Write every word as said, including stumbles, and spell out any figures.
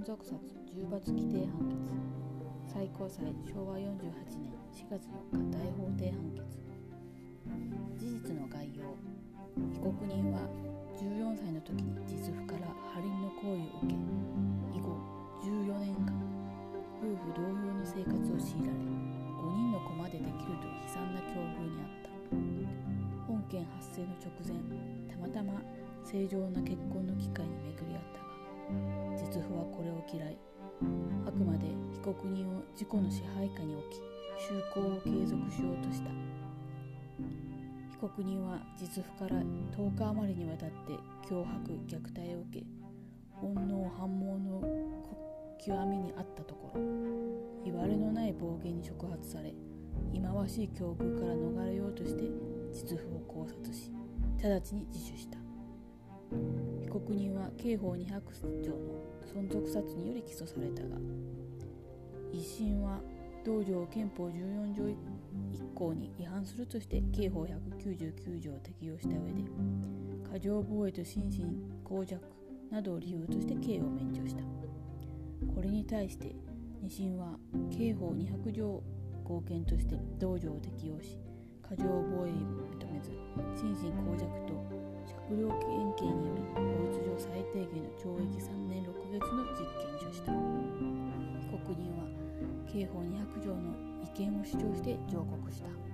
続殺重罰規定判決。最高裁しょうわよんじゅうはちねんしがつよっか大法廷判決。事実の概要。被告人はじゅうよんさいの時に実父から不倫の行為を受け、以後じゅうよねんかん夫婦同様の生活を強いられ、ごにんの子までできるという悲惨な境遇にあった。本件発生の直前、たまたま正常な結婚の機会に巡り合ったが、実父はこれを嫌い、あくまで被告人を自己の支配下に置き、宗行を継続しようとした。被告人は実父からとおか余りにわたって脅迫・虐待を受け、煩悩反毛の極みにあったところ、いわれのない暴言に触発され、忌まわしい境遇から逃れようとして実父を絞殺し、直ちに自首した。被告人は刑法にひゃくじょうの存続殺により起訴されたが、一審は同条憲法じゅうよんじょういっこうに違反するとして刑法ひゃくきゅうじゅうきゅうじょうを適用した上で、過剰防衛と心神耗弱などを理由として刑を免除した。これに対して二審は刑法にひゃくじょう合憲として同条を適用し、過剰防衛を認めず、心神耗弱と酌量減刑により法律上最低限の懲役さんねんろっかげつの実刑に処した。被告人は刑法にひゃくじょうの違憲を主張して上告した。